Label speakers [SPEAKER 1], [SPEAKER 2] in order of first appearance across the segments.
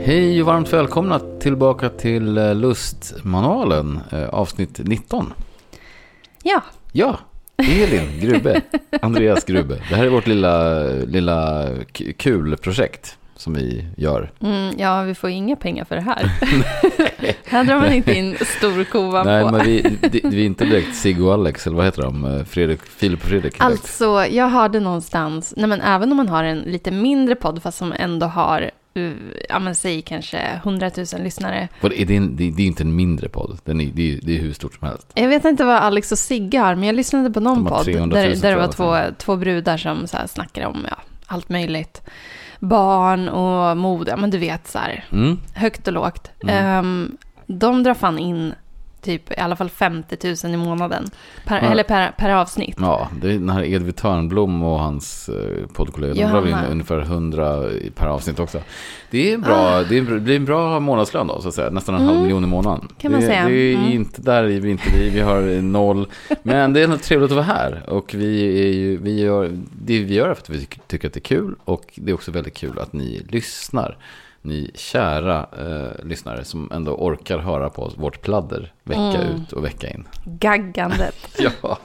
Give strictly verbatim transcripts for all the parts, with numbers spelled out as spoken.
[SPEAKER 1] Hej och varmt välkomna tillbaka till Lustmanualen, avsnitt nitton.
[SPEAKER 2] Ja.
[SPEAKER 1] Ja, Elin Grube, Andreas Grube. Det här är vårt lilla, lilla kul projekt som vi gör.
[SPEAKER 2] Mm, ja, vi får inga pengar för det här. Här drar man inte in storkovan på.
[SPEAKER 1] Nej, men vi, vi, vi är inte direkt Sigge och Alex, eller vad heter de? Fredrik, Filip och Fredrik.
[SPEAKER 2] Alltså, jag hörde någonstans, nej men även om man har en lite mindre podd, fast som ändå har, ja men säg kanske hundratusen lyssnare.
[SPEAKER 1] Det är, det, det är inte en mindre podd, det är, det är, det är hur stort som helst.
[SPEAKER 2] Jag vet inte vad Alex och Sigge har, men jag lyssnade på någon podd där, där det var två, två brudar som så här snackade om ja, allt möjligt. Barn och mode, ja men du vet så här, mm. högt och lågt. Mm. Um, de drar fan in typ i alla fall femtio tusen i månaden per, ja. eller per, per avsnitt.
[SPEAKER 1] Ja, det är den här Edvin Törnblom och hans eh, poddkollegor, de drar in ungefär hundra per avsnitt också. Det är bra, ah. det, är, det är en bra månadslön då, så att säga, nästan en mm. halv miljon i månaden.
[SPEAKER 2] Kan man
[SPEAKER 1] det,
[SPEAKER 2] säga.
[SPEAKER 1] Det är
[SPEAKER 2] mm.
[SPEAKER 1] inte där vi inte vi, vi har noll, men det är något trevligt att vara här och vi är ju, vi gör det vi gör för att vi tycker att det är kul, och det är också väldigt kul att ni lyssnar. Ni kära eh, lyssnare som ändå orkar höra på vårt pladder vecka mm. ut och vecka in.
[SPEAKER 2] Gaggandet.
[SPEAKER 1] Ja.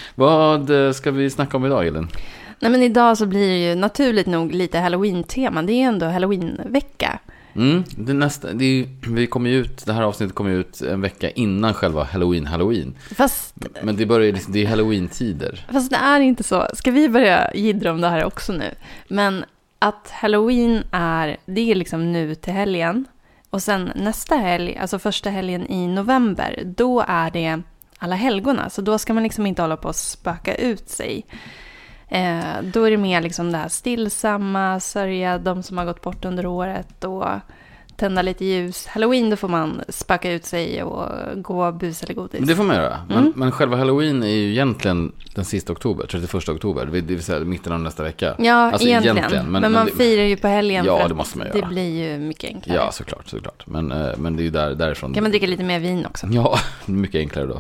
[SPEAKER 1] Vad ska vi snacka om idag, Elin?
[SPEAKER 2] Nej, men idag så blir det ju naturligt nog lite Halloween-tema. Det är ändå Halloween-vecka.
[SPEAKER 1] Mm, det nästa, det är, vi kommer ut, det här avsnittet kommer ut en vecka innan själva Halloween Halloween.
[SPEAKER 2] Fast,
[SPEAKER 1] men det börjar liksom, det är Halloween-tider.
[SPEAKER 2] Fast det är inte så. Ska vi börja jiddra om det här också nu? Men att Halloween är, det är liksom nu till helgen. Och sen nästa helg, alltså första helgen i november, då är det alla helgona. Så då ska man liksom inte hålla på att spöka ut sig. Eh, då är det mer liksom det här stillsamma, sörja de som har gått bort under året och tända lite ljus. Halloween, då får man spöka ut sig och gå bus eller godis.
[SPEAKER 1] Det får man göra. Men,
[SPEAKER 2] mm.
[SPEAKER 1] men själva Halloween är ju egentligen den sista oktober, trettioförsta oktober. Det vill säga mitten av nästa vecka.
[SPEAKER 2] Ja,
[SPEAKER 1] alltså,
[SPEAKER 2] egentligen.
[SPEAKER 1] egentligen. Men,
[SPEAKER 2] men man
[SPEAKER 1] men det,
[SPEAKER 2] firar ju på helgen.
[SPEAKER 1] Ja,
[SPEAKER 2] för
[SPEAKER 1] det måste man
[SPEAKER 2] göra.
[SPEAKER 1] göra.
[SPEAKER 2] Det blir ju mycket enklare.
[SPEAKER 1] Ja, såklart. såklart. Men, men det är ju där, därifrån.
[SPEAKER 2] Kan man dricka lite mer vin också?
[SPEAKER 1] Ja, mycket enklare då.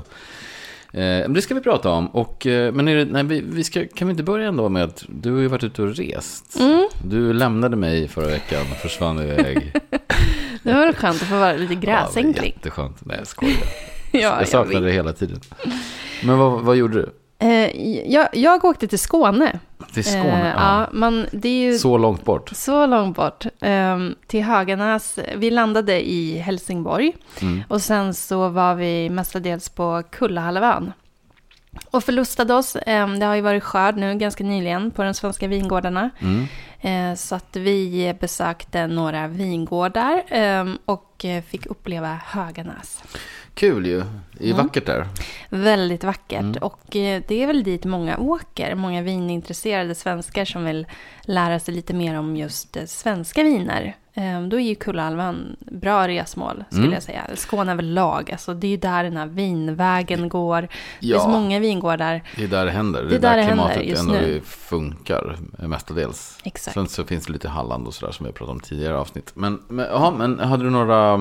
[SPEAKER 1] Eh, det ska vi prata om. Och, men är det, nej, vi, vi ska, kan vi inte börja ändå med att du har ju varit ute och rest.
[SPEAKER 2] Mm.
[SPEAKER 1] Du lämnade mig förra veckan och försvann iväg.
[SPEAKER 2] Det var väl skönt att få vara lite gräsänklig.
[SPEAKER 1] Ja, jätteskönt. Nej, jag skojar.
[SPEAKER 2] ja,
[SPEAKER 1] jag saknade jag det hela tiden. Men vad, vad gjorde du?
[SPEAKER 2] Eh, jag, jag åkte till Skåne.
[SPEAKER 1] Till Skåne,
[SPEAKER 2] eh, ja. ja man, det är ju
[SPEAKER 1] så långt bort.
[SPEAKER 2] Så långt bort. Eh, till Höganäs. Vi landade i Helsingborg. Mm. Och sen så var vi mestadels på Kullahalvön. Och förlustade oss. Eh, det har ju varit skörd nu ganska nyligen på de svenska vingårdarna. Mm. Eh, så att vi besökte några vingårdar eh, och fick uppleva Höganäs.
[SPEAKER 1] Kul ju. Det är mm. vackert där.
[SPEAKER 2] Väldigt vackert. Mm. Och eh, det är väl dit många åker. Många vinintresserade svenskar som vill lära sig lite mer om just eh, svenska viner. Eh, då är ju Kullahalvön bra resmål, skulle mm. jag säga. Skåne överlag. Alltså, det är ju där den här vinvägen går. Ja. Det finns många vingårdar.
[SPEAKER 1] Det är där det händer. Det, det är där, där det klimatet ändå nu. funkar mestadels.
[SPEAKER 2] Exakt.
[SPEAKER 1] Sen så finns det lite Halland och sådär som vi har pratat om tidigare avsnitt. Men, men, aha, men hade du några...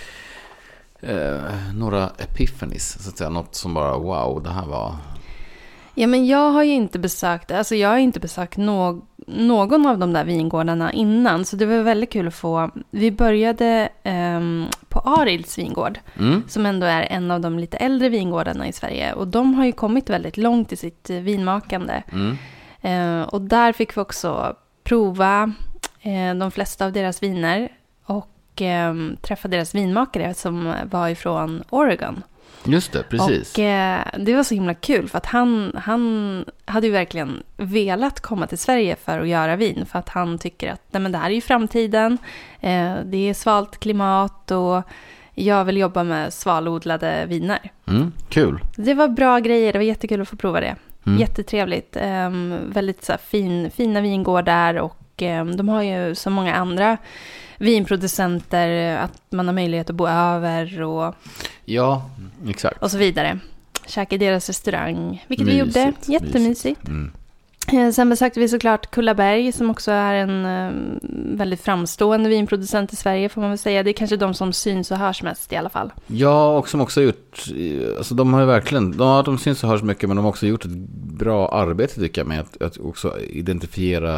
[SPEAKER 1] Eh, några epiphanies, så att säga, något som bara wow, det här var.
[SPEAKER 2] Ja, men jag har ju inte besökt, alltså jag har inte besökt no- någon av de där vingårdarna innan, så det var väldigt kul att få. Vi började eh, på Arilds vingård, mm. som ändå är en av de lite äldre vingårdarna i Sverige, och de har ju kommit väldigt långt i sitt vinmakande. Mm. Eh, och där fick vi också prova eh, de flesta av deras viner och eh, träffa deras vinmakare som var ifrån Oregon.
[SPEAKER 1] Just det, precis.
[SPEAKER 2] Och eh, det var så himla kul för att han, han hade ju verkligen velat komma till Sverige för att göra vin, för att han tycker att nej, men det här är ju framtiden. Eh, det är svalt klimat och jag vill jobba med svalodlade viner.
[SPEAKER 1] Mm, kul.
[SPEAKER 2] Det var bra grejer, det var jättekul att få prova det.
[SPEAKER 1] Mm.
[SPEAKER 2] Jättetrevligt. Eh, väldigt så här, fin, fina vingårdar och eh, de har ju så många andra vinproducenter att man har möjlighet att bo över och
[SPEAKER 1] ja, exakt.
[SPEAKER 2] Och så vidare. Käka i deras restaurang, vilket
[SPEAKER 1] mysigt,
[SPEAKER 2] vi gjorde. Jättemysigt.
[SPEAKER 1] Mm.
[SPEAKER 2] Sen besökte vi såklart Kullaberg som också är en um, väldigt framstående vinproducent i Sverige, får man väl säga. Det är kanske de som syns och hörs mest i alla fall.
[SPEAKER 1] Ja, och som också har gjort, alltså de har ju verkligen, de, de syns och hörs mycket, men de har också gjort ett bra arbete tycker jag med att, att också identifiera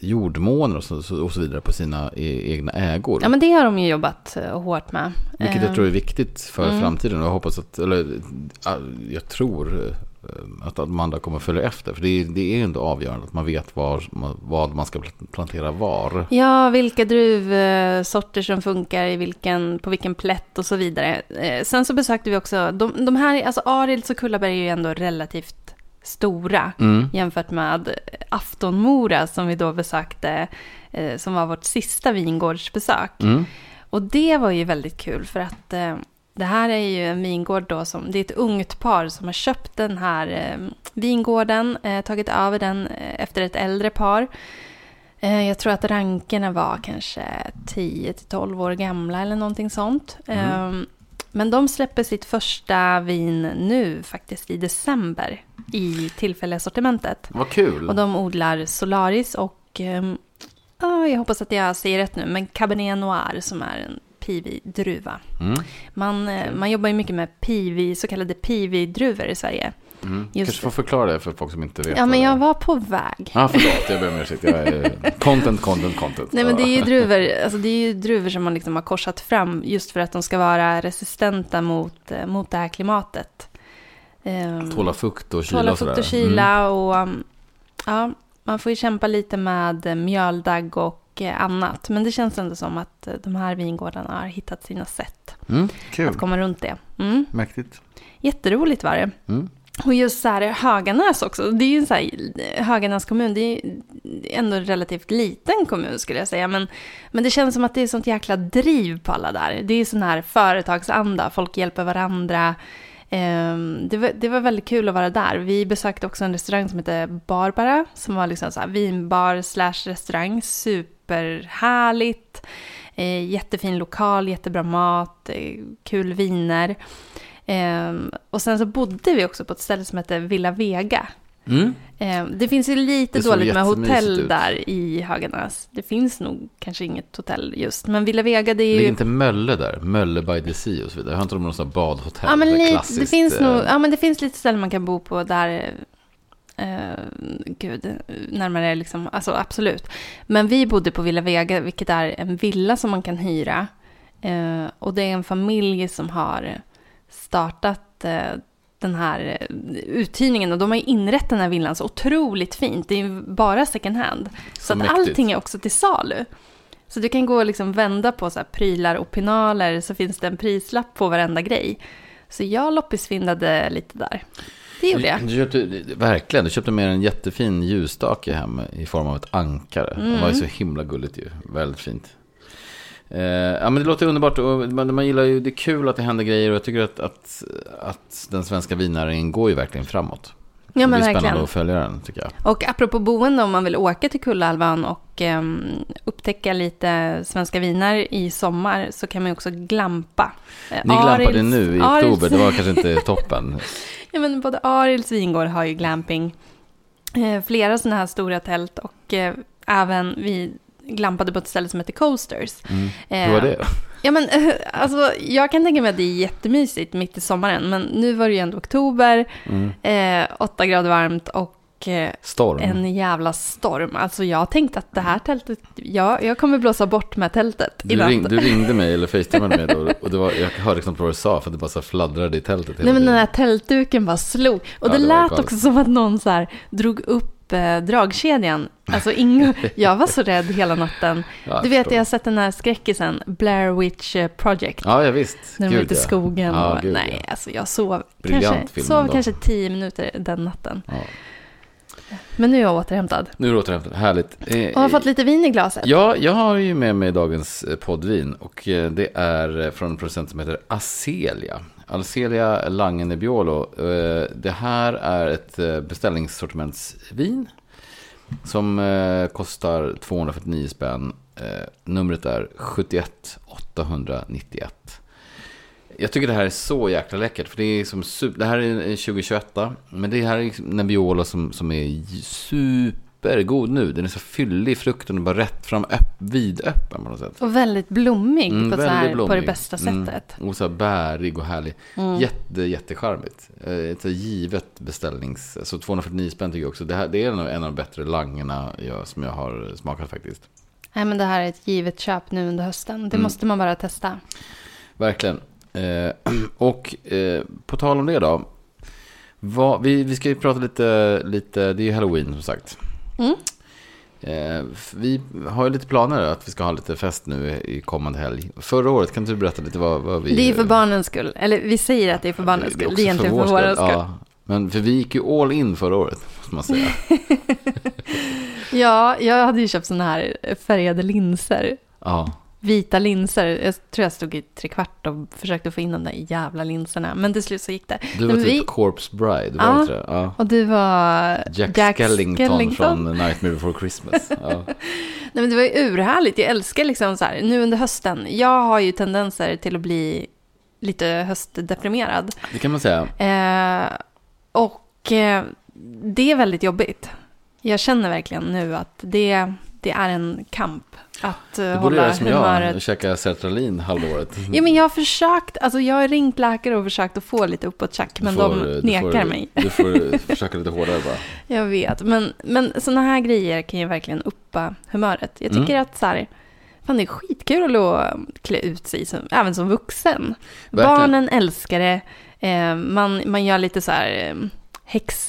[SPEAKER 1] jordmåner och så, och så vidare på sina e- egna ägor.
[SPEAKER 2] Ja, men det har de ju jobbat hårt med.
[SPEAKER 1] Vilket jag tror är viktigt för
[SPEAKER 2] mm.
[SPEAKER 1] framtiden. Och jag hoppas att, eller jag tror att Amanda kommer följa efter. För det är, det är ändå avgörande att man vet var, vad man ska plantera var.
[SPEAKER 2] Ja, vilka druvsorter som funkar i vilken, på vilken plätt och så vidare. Sen så besökte vi också, de, de här, alltså Arilds och Kullaberg är ju ändå relativt stora mm. jämfört med Aftonmora som vi då besökte, som var vårt sista vingårdsbesök. Mm. Och det var ju väldigt kul för att det här är ju en vingård då som, det är ett ungt par som har köpt den här eh, vingården, eh, tagit över den eh, efter ett äldre par. Eh, jag tror att rankerna var kanske tio till tolv år gamla eller någonting sånt. Mm. Eh, men de släpper sitt första vin nu faktiskt i december i tillfälliga sortimentet.
[SPEAKER 1] Vad kul!
[SPEAKER 2] Och de odlar Solaris och eh, jag hoppas att jag säger rätt nu, men Cabernet Noir som är en piwi-druva. Mm. Man, man jobbar ju mycket med piwi, så kallade piwi-druvor i Sverige.
[SPEAKER 1] Mm. Kanske får förklara det för folk som inte vet.
[SPEAKER 2] Ja, men jag var på väg.
[SPEAKER 1] Ja, ah, förlåt, jag ber om ursäkt. Jag är content, content, content.
[SPEAKER 2] Nej, men det är ju druvor, alltså det är ju druvor som man liksom har korsat fram just för att de ska vara resistenta mot, mot det här klimatet.
[SPEAKER 1] Tåla fukt och kyla.
[SPEAKER 2] Tåla
[SPEAKER 1] och
[SPEAKER 2] fukt och kyla mm. och ja, man får ju kämpa lite med mjöldagg och annat. Men det känns ändå som att de här vingårdarna har hittat sina sätt
[SPEAKER 1] mm, kul.
[SPEAKER 2] Att komma runt det. Mm.
[SPEAKER 1] Mäktigt.
[SPEAKER 2] Jätteroligt var det. Mm. Och just så här Höganäs också. Det är ju så här, Höganäs kommun, det är ändå en relativt liten kommun skulle jag säga. Men, men det känns som att det är sånt jäkla driv på alla där. Det är sån här företagsanda. Folk hjälper varandra. Det var, det var väldigt kul att vara där. Vi besökte också en restaurang som heter Barbara, som var liksom så här vinbar slash restaurang. Superhärligt. Eh, jättefin lokal, jättebra mat, eh, kul viner. Eh, och sen så bodde vi också på ett ställe som heter Villa Vega. Mm. Eh, det finns ju lite dåligt med hotell ut. Där i Höganäs. Det finns nog kanske inget hotell just. Men Villa Vega, det är ju...
[SPEAKER 1] Ligger inte Mölle där? Mölle by the Sea och så vidare. Har inte de någon sån här badhotell?
[SPEAKER 2] Ja, men lite, det finns nog, ja, men det finns lite ställen man kan bo på där... Uh, gud, närmare liksom, alltså absolut. Men vi bodde på Villa Vega, vilket är en villa som man kan hyra. Uh, och det är en familj som har startat uh, den här uthyrningen. Och de har ju inrett den här villan så otroligt fint. Det är ju bara second hand. Så, så att mäktigt. Allting är också till salu. Så du kan gå och liksom vända på så här prylar och pinaler, så finns det en prislapp på varenda grej. Så jag loppisvindade lite där. Det gjorde jag.
[SPEAKER 1] Du köpte, verkligen, du köpte med en jättefin ljusstake hem i form av ett ankare. Mm. Det var ju så himla gulligt ju. Väldigt fint. Eh, ja, men det låter underbart och man, man gillar ju, det är kul att det händer grejer och jag tycker att, att, att den svenska vinnäringen går ju verkligen framåt.
[SPEAKER 2] Ja, men
[SPEAKER 1] det är
[SPEAKER 2] verkligen.
[SPEAKER 1] spännande att följa den, tycker jag.
[SPEAKER 2] Och apropå boende, om man vill åka till Kullahalvön och um, upptäcka lite svenska viner i sommar, så kan man ju också glampa.
[SPEAKER 1] Ni glampade Arilds, nu i Arilds. oktober, det var kanske inte toppen.
[SPEAKER 2] Ja, men både Arilds vingård har ju glamping. Eh, flera sådana här stora tält och eh, även vi glampade på ett ställe som heter Coasters.
[SPEAKER 1] Mm. Eh, Hur var det?
[SPEAKER 2] Ja, men alltså, jag kan tänka mig att det är jättemysigt mitt i sommaren, men nu var det ju ändå oktober, mm. eh, åtta grader varmt och eh,
[SPEAKER 1] storm.
[SPEAKER 2] En jävla storm. Alltså jag tänkte att det här tältet, ja, jag kommer blåsa bort med tältet.
[SPEAKER 1] Du, ring, du ringde mig eller facetimade mig då, och det var, jag hörde liksom vad du sa för att det bara så fladdrade i tältet.
[SPEAKER 2] Nej, men den här tältduken bara slog. Och ja, det, det lät också som att någon så här drog upp eh, dragkedjan. Alltså ing- jag var så rädd hela natten. Ja, du vet, jag har sett den här skräckisen Blair Witch Project.
[SPEAKER 1] Ja, ja visst.
[SPEAKER 2] När de är ute i skogen.
[SPEAKER 1] Ja,
[SPEAKER 2] och,
[SPEAKER 1] gud,
[SPEAKER 2] nej,
[SPEAKER 1] ja.
[SPEAKER 2] alltså jag sov,
[SPEAKER 1] Briljant
[SPEAKER 2] kanske, sov kanske tio minuter den natten.
[SPEAKER 1] Ja.
[SPEAKER 2] Men nu är jag återhämtad.
[SPEAKER 1] Nu är jag återhämtad, härligt.
[SPEAKER 2] Eh, och har fått lite vin i glaset.
[SPEAKER 1] Ja, jag har ju med mig dagens poddvin. Och det är från en producent som heter Azelia. Azelia Lange Nebbiolo. Det här är ett beställningssortimentsvin som kostar tvåhundrafyrtionio spänn. Numret är sjuttioett åttahundranittioett. Jag tycker det här är så jäkla läckert. För det är som super, det här är en tjugohundratjugoett. Men det här är Nebbiolo som, som är supergod nu. Den är så fyllig, frukten och bara rätt fram, öpp, vidöppen på något sätt.
[SPEAKER 2] Och väldigt blommig,
[SPEAKER 1] Mm,
[SPEAKER 2] på, så
[SPEAKER 1] väldigt
[SPEAKER 2] här,
[SPEAKER 1] blommig.
[SPEAKER 2] på det bästa sättet.
[SPEAKER 1] Mm, och så här bärig och härlig.
[SPEAKER 2] Mm.
[SPEAKER 1] Jätte, jättecharmigt. Eh, Ett så givet beställnings... Så tvåhundrafyrtionio spänn tycker jag också. Det, här, det är en av, en av de bättre langerna jag, som jag har smakat faktiskt.
[SPEAKER 2] Nej, men det här är ett givet köp nu under hösten. Det
[SPEAKER 1] Mm.
[SPEAKER 2] måste man bara testa.
[SPEAKER 1] Verkligen. Eh, och eh, på tal om det då. Vad, vi, vi ska ju prata lite, lite... Det är ju Halloween som sagt.
[SPEAKER 2] Mm.
[SPEAKER 1] Eh, vi har ju lite planer att vi ska ha lite fest nu i kommande helg. Förra året, kan du berätta lite vad, vad vi...
[SPEAKER 2] Det är för barnens skull. Eller vi säger att det är för barnens skull. Det är egentligen för, för våra skull.
[SPEAKER 1] Ja, men för vi gick ju all in förra året, måste man säga.
[SPEAKER 2] Ja, jag hade ju köpt såna här färgade linser.
[SPEAKER 1] Ja.
[SPEAKER 2] Vita linser. Jag tror jag stod i tre kvart och försökte få in de där jävla linserna. Men till slut så gick det.
[SPEAKER 1] Du var
[SPEAKER 2] men
[SPEAKER 1] typ
[SPEAKER 2] vi...
[SPEAKER 1] Corpse Bride, var
[SPEAKER 2] ja,
[SPEAKER 1] det det? Ja.
[SPEAKER 2] Och du var
[SPEAKER 1] Jack,
[SPEAKER 2] Jack
[SPEAKER 1] Skellington,
[SPEAKER 2] Skellington
[SPEAKER 1] från Nightmare Before Christmas. Ja.
[SPEAKER 2] Nej, men det var ju urhärligt. Jag älskar liksom så här, nu under hösten. Jag har ju tendenser till att bli lite höstdeprimerad.
[SPEAKER 1] Det kan man säga.
[SPEAKER 2] Eh, och eh, det är väldigt jobbigt. Jag känner verkligen nu att det, det är en kamp att uh,
[SPEAKER 1] Du borde
[SPEAKER 2] hålla
[SPEAKER 1] göra som
[SPEAKER 2] humöret.
[SPEAKER 1] jag, käka sertralin halvåret.
[SPEAKER 2] Ja, men jag har försökt, alltså jag har ringt läkare och försökt att få lite uppåt-tjack, men
[SPEAKER 1] får,
[SPEAKER 2] de nekar
[SPEAKER 1] får,
[SPEAKER 2] mig.
[SPEAKER 1] Du får försöka lite hårdare bara.
[SPEAKER 2] Jag vet, men, men såna här grejer kan ju verkligen uppa humöret. Jag tycker
[SPEAKER 1] Mm.
[SPEAKER 2] att så här, fan, det är skitkul att klä ut sig som, även som vuxen.
[SPEAKER 1] Verkligen.
[SPEAKER 2] Barnen älskar det. Eh, man, man gör lite så här eh, häx,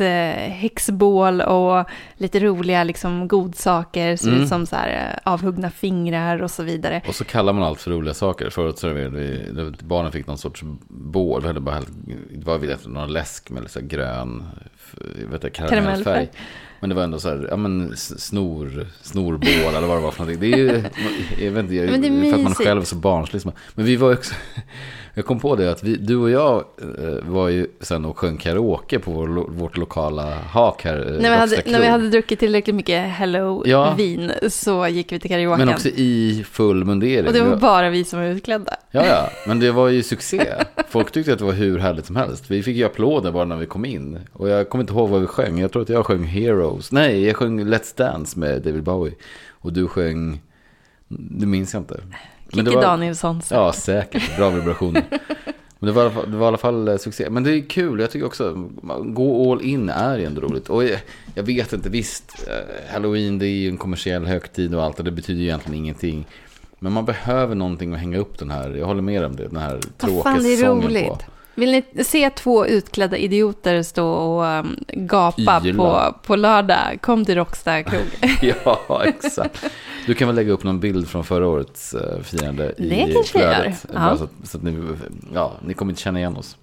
[SPEAKER 2] häxbål och lite roliga liksom godsaker. Ser
[SPEAKER 1] Mm.
[SPEAKER 2] ut som så här eh, avhuggna fingrar och så vidare.
[SPEAKER 1] Och så kallar man allt för roliga saker. Förut så vi, vi, barnen fick någon sorts bål. Vi hade bara, det var vid någon läsk med lite så här grön vet jag, karamellfärg.
[SPEAKER 2] Karamellfärg.
[SPEAKER 1] Men det var ändå så här, ja men snor, snorbål eller vad det var för någonting. Det är ju, jag vet inte, jag,
[SPEAKER 2] Men det är
[SPEAKER 1] för att man
[SPEAKER 2] mysigt.
[SPEAKER 1] själv är så barnslig. Men vi var ju också, jag kom på det att vi, du och jag eh, var ju sen och sjöng karaoke på vår, vårt lokala hak här.
[SPEAKER 2] När vi, hade, när vi hade druckit tillräckligt mycket Hello-vin
[SPEAKER 1] ja.
[SPEAKER 2] så gick vi till karaoke.
[SPEAKER 1] Men också i full mundering.
[SPEAKER 2] Och det var bara vi som var utklädda.
[SPEAKER 1] Ja, ja, men det var ju succé. Folk tyckte att det var hur härligt som helst. Vi fick ju applåder bara när vi kom in. Och jag kommer inte ihåg vad vi sjöng. Jag tror att jag sjöng Heroes. Nej, jag sjöng Let's Dance med David Bowie. Och du sjöng... Det minns jag inte. Men det
[SPEAKER 2] Kikki
[SPEAKER 1] var...
[SPEAKER 2] Danielsson. Så.
[SPEAKER 1] Ja, säkert. Bra vibrationer. Men det var, i alla fall, det var i alla fall succé. Men det är kul. Jag tycker också gå all in är ju ändå roligt. Och jag, jag vet inte, visst. Halloween, det är ju en kommersiell högtid och allt. Och det betyder ju egentligen ingenting. Men man behöver någonting att hänga upp den här. Jag håller med om det. Den här tråkiga
[SPEAKER 2] fan, det är
[SPEAKER 1] säsongen
[SPEAKER 2] roligt.
[SPEAKER 1] på.
[SPEAKER 2] Vill ni se två utklädda idioter stå och um, gapa på, på lördag? Kom till Rockstar krog.
[SPEAKER 1] Ja, exakt. Du kan väl lägga upp någon bild från förra årets uh, firande
[SPEAKER 2] det
[SPEAKER 1] i
[SPEAKER 2] kanske
[SPEAKER 1] flödet.
[SPEAKER 2] jag gör.
[SPEAKER 1] Så, att, så att ni, ja, ni kommer inte känna igen oss.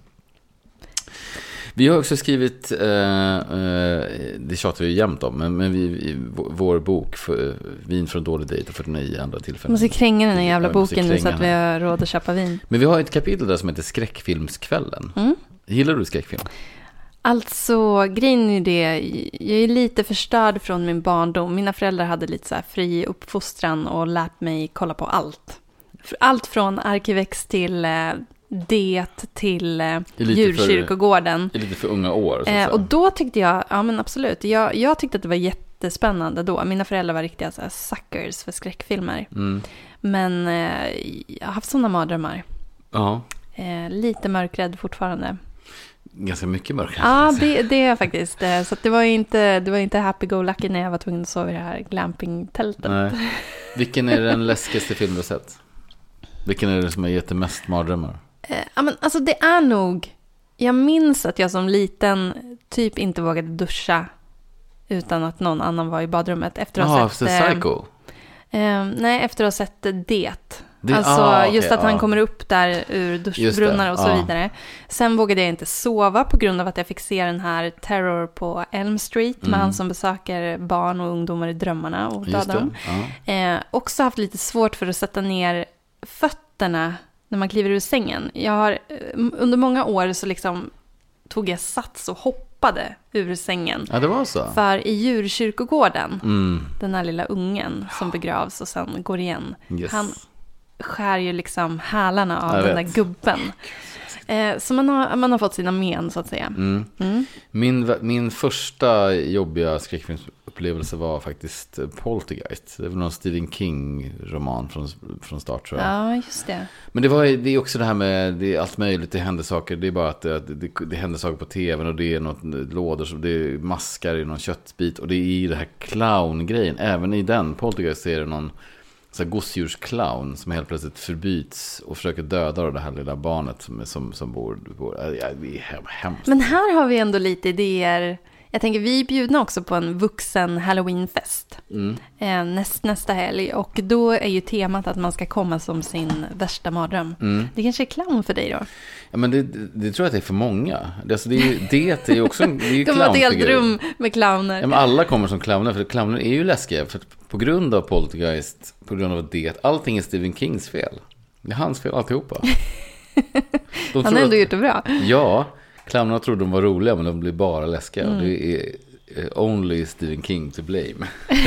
[SPEAKER 1] Vi har också skrivit, uh, uh, det tjatar vi ju jämt om, men, men vi, vi, vår bok för, Vin från dålig dejt och fyrtionio andra tillfällen.
[SPEAKER 2] Jag måste kränga den här jävla
[SPEAKER 1] Ja, måste
[SPEAKER 2] boken nu så
[SPEAKER 1] kränga
[SPEAKER 2] att vi har råd att köpa vin.
[SPEAKER 1] Men vi har ett kapitel där som heter Skräckfilmskvällen.
[SPEAKER 2] Mm.
[SPEAKER 1] Gillar du skräckfilm?
[SPEAKER 2] Alltså, grejen är det, jag är lite förstörd från min barndom. Mina föräldrar hade lite så här fri uppfostran och lärt mig kolla på allt. Allt från Arkivex till eh, Det till eh, Djurkyrkogården.
[SPEAKER 1] För, lite för unga år. Så att
[SPEAKER 2] eh,
[SPEAKER 1] säga.
[SPEAKER 2] och då tyckte jag, ja men absolut, jag, jag tyckte att det var jättespännande då. Mina föräldrar var riktiga så här suckers för skräckfilmer.
[SPEAKER 1] Mm.
[SPEAKER 2] Men eh, jag har haft sådana mardrömmar.
[SPEAKER 1] Ja.
[SPEAKER 2] Eh, lite mörkrädd fortfarande.
[SPEAKER 1] Ganska mycket mörkare.
[SPEAKER 2] Ja, det, det är faktiskt. Så att det var inte, det var inte happy-go-lucky när jag var tvungen att sova i det här glamping-tältet.
[SPEAKER 1] Nej. Vilken är den läskigaste film du har sett? Vilken är det som har gett dig mest mardrömmar?
[SPEAKER 2] Eh, ja, men alltså det är nog... Jag minns att jag som liten typ inte vågade duscha utan att någon annan var i badrummet. Efter att ha
[SPEAKER 1] Ja,
[SPEAKER 2] sett...
[SPEAKER 1] efter Psycho?
[SPEAKER 2] Eh, eh, nej, efter att ha sett Det.
[SPEAKER 1] Det,
[SPEAKER 2] alltså
[SPEAKER 1] ah, okay,
[SPEAKER 2] just att han
[SPEAKER 1] ah.
[SPEAKER 2] kommer upp där ur duschbrunnar och så
[SPEAKER 1] ah.
[SPEAKER 2] vidare. Sen vågade jag inte sova på grund av att jag fick se den här Terror på Elm Street med
[SPEAKER 1] Mm.
[SPEAKER 2] han som besöker barn och ungdomar i drömmarna och
[SPEAKER 1] Just
[SPEAKER 2] dödar dem.
[SPEAKER 1] Ja.
[SPEAKER 2] Eh, också haft lite svårt för att sätta ner fötterna när man kliver ur sängen. Jag har eh, under många år så liksom tog jag sats och hoppade ur sängen.
[SPEAKER 1] Ja, det var så.
[SPEAKER 2] För i djurkyrkogården,
[SPEAKER 1] Mm.
[SPEAKER 2] den här lilla ungen som begravs och sen går igen.
[SPEAKER 1] Yes.
[SPEAKER 2] Han skär ju liksom hälarna av
[SPEAKER 1] Jag
[SPEAKER 2] den
[SPEAKER 1] vet.
[SPEAKER 2] där gubben. Eh, så man har, man har fått sina men, så att säga.
[SPEAKER 1] Mm.
[SPEAKER 2] Mm.
[SPEAKER 1] Min, min första jobbiga skräckfilmsupplevelse var faktiskt Poltergeist. Det var någon Stephen King-roman från, från start, tror jag.
[SPEAKER 2] Ja, just det.
[SPEAKER 1] Men det, var, det är också det här med det är allt möjligt, det händer saker. Det är bara att det, det, det händer saker på tvn och det är något lådor, så det är maskar i någon köttbit. Och det är i det här clown-grejen. Även i den Poltergeist är det någon så här gosedjursclown som helt plötsligt förbyts och försöker döda det här lilla barnet som, som, som bor, bor ja, det är hemskt.
[SPEAKER 2] Men här har vi ändå lite idéer. Jag tänker, vi är bjudna också på en vuxen Halloweenfest
[SPEAKER 1] Mm.
[SPEAKER 2] eh, näst, nästa helg. Och då är ju temat att man ska komma som sin värsta mardröm.
[SPEAKER 1] Mm.
[SPEAKER 2] Det kanske är clown för dig då?
[SPEAKER 1] Ja, men det, det tror jag att det är för många. Det, alltså, det, är, ju- det är ju också en, det är ju
[SPEAKER 2] De har ett helt
[SPEAKER 1] clownfigur.
[SPEAKER 2] rum med clowner.
[SPEAKER 1] Ja, men alla kommer som clowner, för clowner är ju läskiga. För på grund av Poltergeist, på grund av det, allting är Stephen Kings fel. Det är hans fel alltihopa. De
[SPEAKER 2] Han har
[SPEAKER 1] tror
[SPEAKER 2] ändå
[SPEAKER 1] att-
[SPEAKER 2] gjort det bra.
[SPEAKER 1] Ja, clownerna trodde de var roliga, men de blir bara läskiga.
[SPEAKER 2] Mm.
[SPEAKER 1] Det är eh, only Stephen King to blame.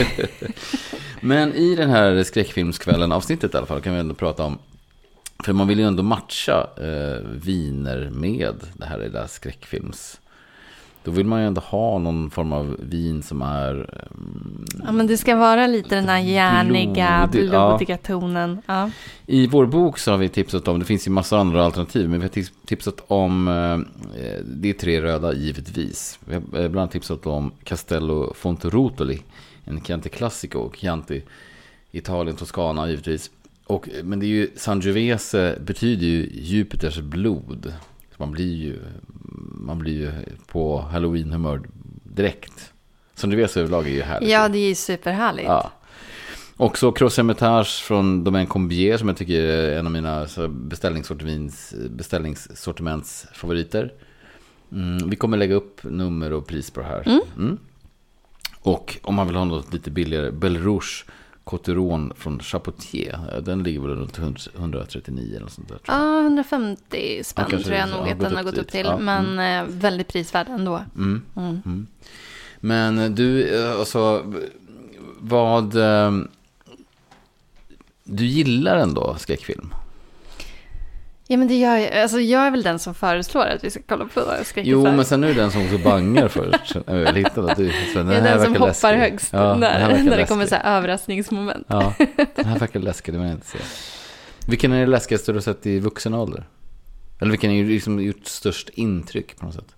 [SPEAKER 1] Men i den här skräckfilmskvällen, avsnittet i alla fall, kan vi ändå prata om. För man vill ju ändå matcha eh, viner med det här lilla skräckfilms. Då vill man ju ändå ha någon form av vin som är... Um,
[SPEAKER 2] Ja, men det ska vara lite den här järniga,
[SPEAKER 1] blodig,
[SPEAKER 2] blodiga tonen. Ja.
[SPEAKER 1] I vår bok så har vi tipsat om, det finns ju massor andra alternativ, men vi har tips- tipsat om, eh, det är tre röda givetvis. Vi har eh, bland annat tipsat om Castello Fonterotoli, en Chianti Classico, Chianti Italien, Toscana givetvis. Och, men det är ju, Sangiovese betyder ju Jupiters blod. Så man blir ju, man blir ju på Halloween-humör direkt. Sangiovese överlag är ju härligt.
[SPEAKER 2] ja, det är ju superhärligt.
[SPEAKER 1] Ja. Också Cross Hermitage från Domaine Combier, som jag tycker är en av mina så beställningssortiments, beställningssortiments favoriter. Mm, vi kommer lägga upp nummer och pris på det här.
[SPEAKER 2] Mm.
[SPEAKER 1] Mm. Och om man vill ha något lite billigare, Belle Rouge Coteron från Chapoutier. Den ligger väl runt etthundratrettionio eller sånt där. Tror jag.
[SPEAKER 2] Ja, hundrafemtio spänn
[SPEAKER 1] Ja,
[SPEAKER 2] tror jag
[SPEAKER 1] det-
[SPEAKER 2] nog
[SPEAKER 1] ja,
[SPEAKER 2] att den har gått
[SPEAKER 1] dit.
[SPEAKER 2] upp till.
[SPEAKER 1] Ja,
[SPEAKER 2] Men
[SPEAKER 1] mm.
[SPEAKER 2] eh, väldigt prisvärd ändå.
[SPEAKER 1] Mm.
[SPEAKER 2] Mm.
[SPEAKER 1] Mm. Men du, eh, alltså, vad... eh, Du gillar ändå skräckfilm?
[SPEAKER 2] Ja, men det gör jag. Alltså, jag är väl den som föreslår att vi ska kolla på skräckisar.
[SPEAKER 1] Jo, men sen är du den som också bangar först. Jag hittade att du, så, den
[SPEAKER 2] jag är
[SPEAKER 1] här
[SPEAKER 2] den som
[SPEAKER 1] verkar
[SPEAKER 2] hoppar
[SPEAKER 1] läskig.
[SPEAKER 2] högst
[SPEAKER 1] Ja, den här
[SPEAKER 2] när,
[SPEAKER 1] verkar
[SPEAKER 2] när det
[SPEAKER 1] läskig.
[SPEAKER 2] kommer så här överraskningsmoment.
[SPEAKER 1] Ja, den här verkar läskig, det vill jag inte se. Vilken är det läskigaste du har sett i vuxen ålder? Eller vilken har liksom gjort störst intryck på något sätt?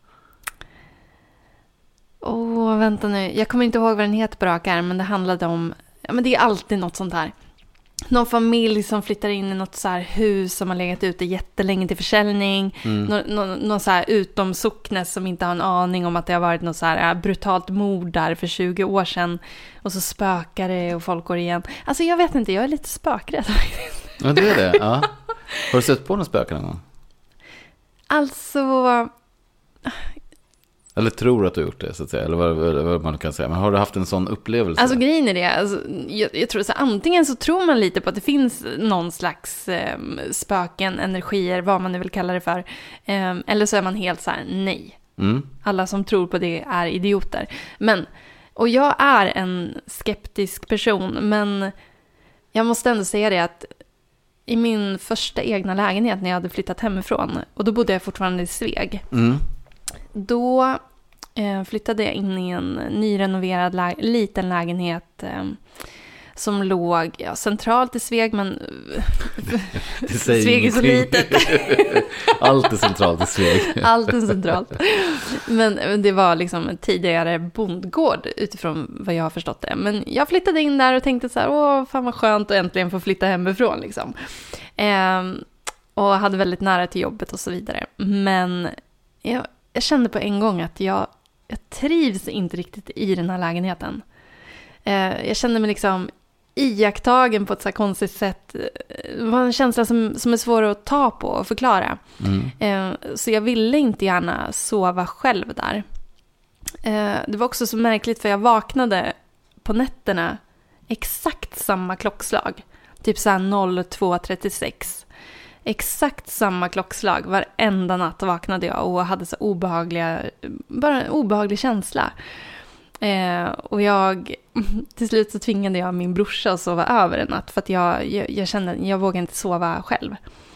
[SPEAKER 2] Åh, oh, vänta nu. Jag kommer inte ihåg vad den heter på rak arm, men det handlade om... Ja, men det är alltid något sånt här. Någon familj som flyttar in i något så här hus som har legat ute jättelänge till försäljning.
[SPEAKER 1] Mm.
[SPEAKER 2] Nå, nå, någon så här utomsocknes som inte har en aning om att det har varit något så här brutalt mord där för tjugo år sedan. Och så spökar det och folk går igen. Alltså jag vet inte, jag är lite spökrädd.
[SPEAKER 1] Ja, det är det. Ja. Har du sett på någon spöken någon gång?
[SPEAKER 2] Alltså...
[SPEAKER 1] Eller tror du att du har gjort det, så att säga? Eller vad, vad, vad man kan säga. Men har du haft en sån upplevelse?
[SPEAKER 2] Alltså grejen är det, alltså, jag, jag tror så här, antingen så tror man lite på att det finns någon slags eh, spöken, energier, vad man nu vill kalla det för. Eh, eller så är man helt så här, nej.
[SPEAKER 1] Mm.
[SPEAKER 2] Alla som tror på det är idioter. Men, och jag är en skeptisk person, men jag måste ändå säga det att i min första egna lägenhet när jag hade flyttat hemifrån, och då bodde jag fortfarande i Sveg,
[SPEAKER 1] Mm.
[SPEAKER 2] då eh, flyttade jag in i en nyrenoverad lä- liten lägenhet eh, som låg ja, centralt i Sveg, men
[SPEAKER 1] Det säger
[SPEAKER 2] Sveg är så
[SPEAKER 1] ingenting.
[SPEAKER 2] litet.
[SPEAKER 1] Allt är centralt i Sveg.
[SPEAKER 2] Allt är centralt. Men det var liksom en tidigare bondgård utifrån vad jag har förstått det. Men jag flyttade in där och tänkte så här, åh fan vad skönt att äntligen få flytta hemifrån liksom. Ehm, och hade väldigt nära till jobbet och så vidare. Men jag, jag kände på en gång att jag, jag trivs inte riktigt i den här lägenheten. Ehm, jag kände mig liksom iakttagen på ett så här konstigt sätt. Det var en känsla som, som är svår att ta på och förklara.
[SPEAKER 1] Mm.
[SPEAKER 2] Eh, så jag ville inte gärna sova själv där. Eh, det var också så märkligt för jag vaknade på nätterna exakt samma klockslag. Typ så här två trettiosex. Exakt samma klockslag. Varenda natt vaknade jag och hade så obehagliga, bara en obehaglig känsla. Eh, och jag till slut så tvingade jag min brorsa att sova över en natt för att jag, jag, jag kände jag vågade inte sova själv.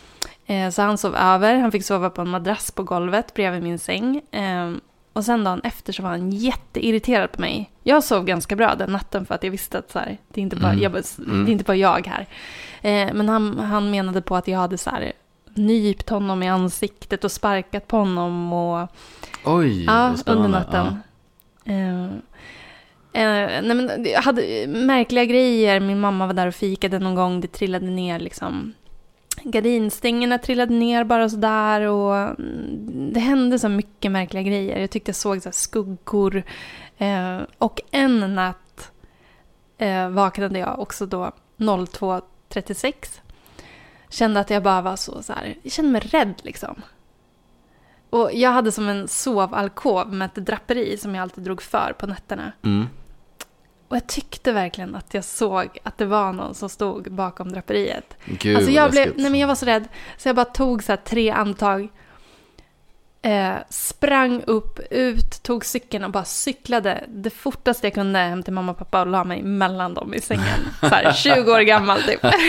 [SPEAKER 2] Eh, så han sov över. Han fick sova på en madrass på golvet bredvid min säng. Eh, och sen dagen efter så var han jätteirriterad på mig. Jag sov ganska bra den natten för att jag visste att så här, det, är inte bara,
[SPEAKER 1] Mm.
[SPEAKER 2] jag,
[SPEAKER 1] Mm.
[SPEAKER 2] det är inte bara jag här. Eh, men han, han menade på att jag hade så här, nypt honom i ansiktet och sparkat på honom. Och,
[SPEAKER 1] Oj,
[SPEAKER 2] ja,
[SPEAKER 1] vad spännande.
[SPEAKER 2] under natten. Ja. Eh, eh, nej men jag hade märkliga grejer. Min mamma var där och fikade någon gång. Det trillade ner liksom. Gardinstängerna trillade ner bara sådär. Och det hände så mycket märkliga grejer. Jag tyckte jag såg så här skuggor. Eh, och en natt eh, vaknade jag också då två trettiosex. Kände att jag bara var så, så här. Jag kände mig rädd liksom. Och jag hade som en sovalkov med ett draperi som jag alltid drog för på nätterna.
[SPEAKER 1] Mm.
[SPEAKER 2] Och jag tyckte verkligen att jag såg att det var någon som stod bakom draperiet.
[SPEAKER 1] Gud,
[SPEAKER 2] alltså jag, blev,
[SPEAKER 1] läskigt.
[SPEAKER 2] nej men jag var så rädd. Så jag bara tog så här tre andetag. Eh, sprang upp, ut, tog cykeln och bara cyklade det fortaste jag kunde hem till mamma och pappa och la mig mellan dem i sängen. Så här, tjugo år gammal typ.
[SPEAKER 1] Ja,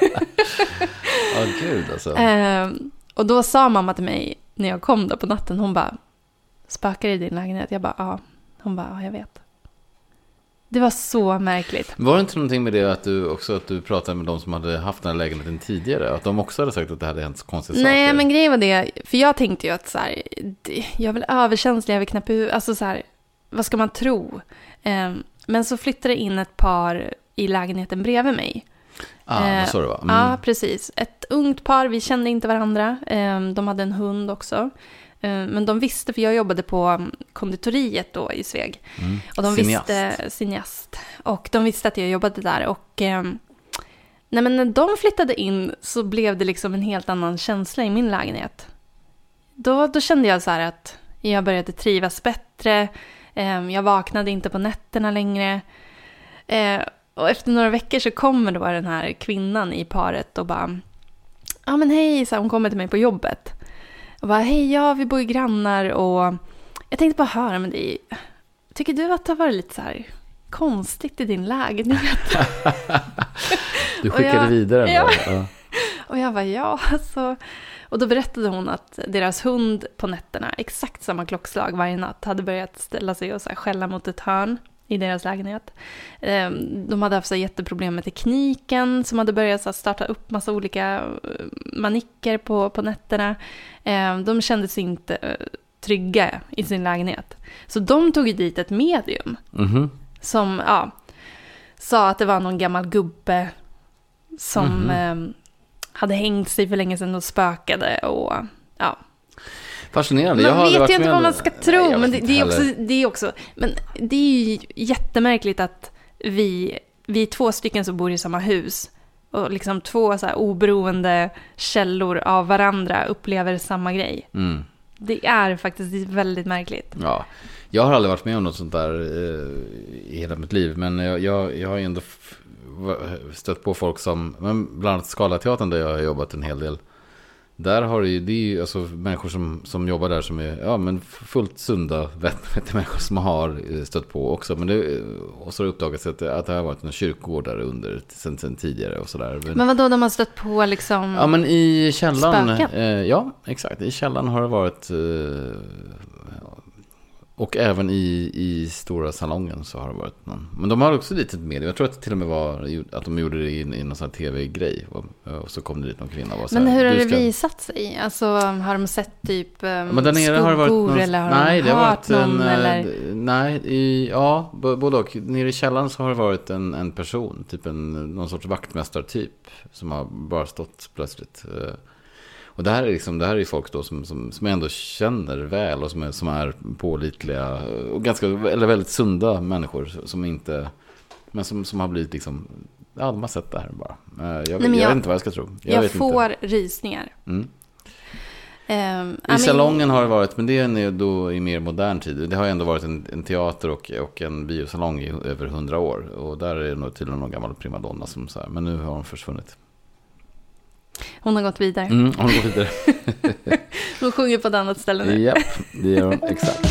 [SPEAKER 1] gud alltså.
[SPEAKER 2] Eh, och då sa mamma till mig när jag kom där på natten, hon bara, spökar i din lägenhet? Jag bara, ja. Hon bara, ja, jag vet. Det var så märkligt.
[SPEAKER 1] Var det inte någonting med det att du också att du pratade med de som hade haft den här lägenheten tidigare? Att de också hade sagt att det hade hänt konstiga
[SPEAKER 2] Nej,
[SPEAKER 1] saker?
[SPEAKER 2] men grejen var det, för jag tänkte ju att så här, det, jag är väl överkänslig, jag vill knappt huvud, alltså så här, vad ska man tro? Eh, men så flyttade in ett par i lägenheten bredvid mig.
[SPEAKER 1] Ah,
[SPEAKER 2] Eh,
[SPEAKER 1] vad så det var. Mm.
[SPEAKER 2] Ja, precis. Ett ungt par, vi kände inte varandra. Eh, de hade en hund också. Eh, men de visste, för jag jobbade på konditoriet då i Sveg.
[SPEAKER 1] Mm.
[SPEAKER 2] Och de
[SPEAKER 1] Cineast.
[SPEAKER 2] visste, cineast. Och de visste att jag jobbade där. Och eh, nej, men när de flyttade in så blev det liksom en helt annan känsla i min lägenhet. Då, då kände jag så här att jag började trivas bättre. Eh, jag vaknade inte på nätterna längre. Eh, och efter några veckor så kommer då den här kvinnan i paret och bara, ja men hej, så här, hon kommer till mig på jobbet. Och bara, hej, ja, vi bor i grannar och jag tänkte bara höra med dig. Tycker du att det har varit lite så här konstigt i din lägenhet?
[SPEAKER 1] Du skickade
[SPEAKER 2] jag,
[SPEAKER 1] vidare.
[SPEAKER 2] Ja.
[SPEAKER 1] Ja.
[SPEAKER 2] Och jag var ja, alltså. Och då berättade hon att deras hund på nätterna, exakt samma klockslag varje natt, hade börjat ställa sig och så här skälla mot ett hörn i deras lägenhet. De hade haft så jätteproblem med tekniken som hade börjat så starta upp massa olika manicker på, på nätterna. De kände sig inte trygga i sin lägenhet. Så de tog dit ett medium
[SPEAKER 1] Mm-hmm.
[SPEAKER 2] som ja, sa att det var någon gammal gubbe som mm-hmm. eh, hade hängt sig för länge sedan och spökade och ja.
[SPEAKER 1] Fascinerande.
[SPEAKER 2] Man
[SPEAKER 1] jag har
[SPEAKER 2] vet ju inte vad man ska tro.
[SPEAKER 1] Nej,
[SPEAKER 2] men det, det, är också,
[SPEAKER 1] heller.
[SPEAKER 2] det är också men det är ju jättemärkligt att vi, vi är två stycken som bor i samma hus och liksom två så här oberoende källor av varandra upplever samma grej.
[SPEAKER 1] Mm.
[SPEAKER 2] Det är faktiskt väldigt märkligt.
[SPEAKER 1] Ja, jag har aldrig varit med om något sånt där eh, i hela mitt liv. Men jag, jag, jag har ju ändå f- stött på folk som, men bland annat Skalateatern där jag har jobbat en hel del. Där har det ju, det är ju alltså människor som, som jobbar där som är ja, men fullt sunda vettiga människor som har stött på också. Men det, och så har det uppdagats att, att det har varit en kyrkogård där under sen, sen tidigare och sådär.
[SPEAKER 2] Men vad då de har stött på liksom?
[SPEAKER 1] Ja, men i källan.
[SPEAKER 2] Spöken?
[SPEAKER 1] Eh, ja, exakt. I källan har det varit eh, och även i, i stora salongen så har det varit någon. Men de har också dit ett medium. Jag tror att det till och med var att de gjorde det i, i någon sån här tv-grej. Och, och så kom det dit någon kvinna och var så
[SPEAKER 2] Men
[SPEAKER 1] här,
[SPEAKER 2] hur har
[SPEAKER 1] du
[SPEAKER 2] det
[SPEAKER 1] ska...
[SPEAKER 2] visat sig? Alltså har de sett typ um,
[SPEAKER 1] men där nere
[SPEAKER 2] skuggor
[SPEAKER 1] har det varit någon...
[SPEAKER 2] eller har
[SPEAKER 1] nej,
[SPEAKER 2] de
[SPEAKER 1] det har
[SPEAKER 2] hört
[SPEAKER 1] varit
[SPEAKER 2] någon?
[SPEAKER 1] en,
[SPEAKER 2] Eller?
[SPEAKER 1] Nej, i, ja, både och. Nere i källaren så har det varit en, en person, typ en, någon sorts vaktmästartyp som har bara stått plötsligt. Och det här är liksom, det här är folk då som, som, som jag ändå känner väl och som är, som är pålitliga och ganska, eller väldigt sunda människor som inte, men som, som har blivit liksom, ja, de har sett det här bara. Jag, jag,
[SPEAKER 2] Nej, jag,
[SPEAKER 1] jag vet inte vad jag ska tro. Jag,
[SPEAKER 2] jag
[SPEAKER 1] vet
[SPEAKER 2] får
[SPEAKER 1] inte.
[SPEAKER 2] rysningar.
[SPEAKER 1] Mm.
[SPEAKER 2] Um,
[SPEAKER 1] I salongen har det varit, men det är då i mer modern tid. Det har ändå varit en, en teater och, och en biosalong i över hundra år. Och där är det nog tydligen någon gammal primadonna som så här, men nu har hon försvunnit.
[SPEAKER 2] Hon har gått vidare.
[SPEAKER 1] Mm, hon har gått vidare.
[SPEAKER 2] Hon sjunger på ett annat ställe nu.
[SPEAKER 1] Japp, det gör hon, exakt.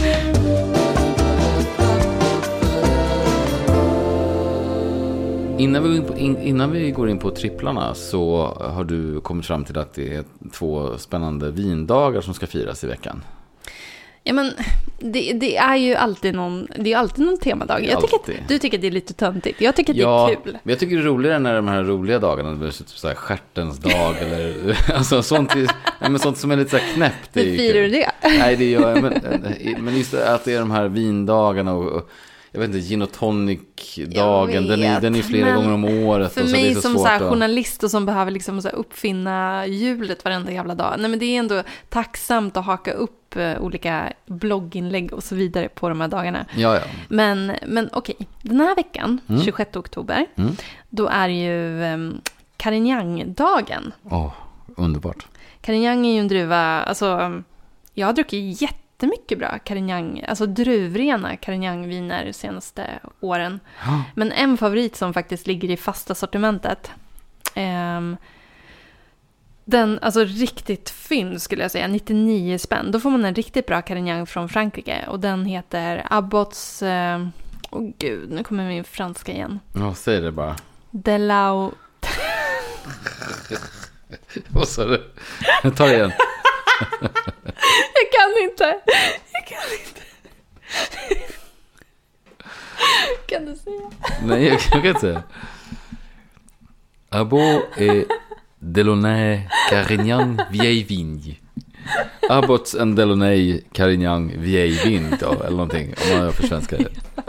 [SPEAKER 1] Innan vi, går in på, in, innan vi går in på tripplarna så har du kommit fram till att det är två spännande vindagar som ska firas i veckan.
[SPEAKER 2] Ja, men det, det är ju alltid någon, det är alltid någon temadag. Jag tycker att, du tycker att det är lite töntigt. Jag tycker att
[SPEAKER 1] ja,
[SPEAKER 2] det är kul.
[SPEAKER 1] Men jag tycker det är roligare när de här roliga dagarna, det är så här stjärtens dag eller alltså sånt, nej, men sånt som är lite så här knäppt.
[SPEAKER 2] Hur firar du det?
[SPEAKER 1] Nej, det gör jag, men, men just att det är de här vindagarna och, och jag vet inte, gin och tonic-dagen, den är, den är flera gånger om året.
[SPEAKER 2] För
[SPEAKER 1] och så
[SPEAKER 2] mig
[SPEAKER 1] det är så
[SPEAKER 2] som så här
[SPEAKER 1] att...
[SPEAKER 2] journalist och som behöver liksom så här uppfinna hjulet varenda jävla dag. Nej, men det är ändå tacksamt att haka upp uh, olika blogginlägg och så vidare på de här dagarna.
[SPEAKER 1] Ja, ja.
[SPEAKER 2] Men, men okej, den här veckan, mm. tjugosjätte oktober, mm. då är ju um, Carignan-dagen.
[SPEAKER 1] Åh, oh, underbart.
[SPEAKER 2] Carignan är ju en druva, alltså jag har druckit jätte mycket bra Carignan, alltså druvrena Carignan-viner de senaste åren. Ja. Men en favorit som faktiskt ligger i fasta sortimentet, eh, den, alltså riktigt fynd skulle jag säga, nittionio spänn. Då får man en riktigt bra Carignan från Frankrike och den heter Abbots, eh, åh oh gud, nu kommer min franska igen.
[SPEAKER 1] Ja, säg det bara.
[SPEAKER 2] Delau.
[SPEAKER 1] Vad sa du? Ta det igen.
[SPEAKER 2] Jag kan inte. Jag kan inte. Kan du säga?
[SPEAKER 1] Nej, jag kan inte säga. Abbot et Delaunay Carignan Vieille Vigne. Abbots and Delaunay Carignan Vieille Vigne då, eller någonting, om man för svenska.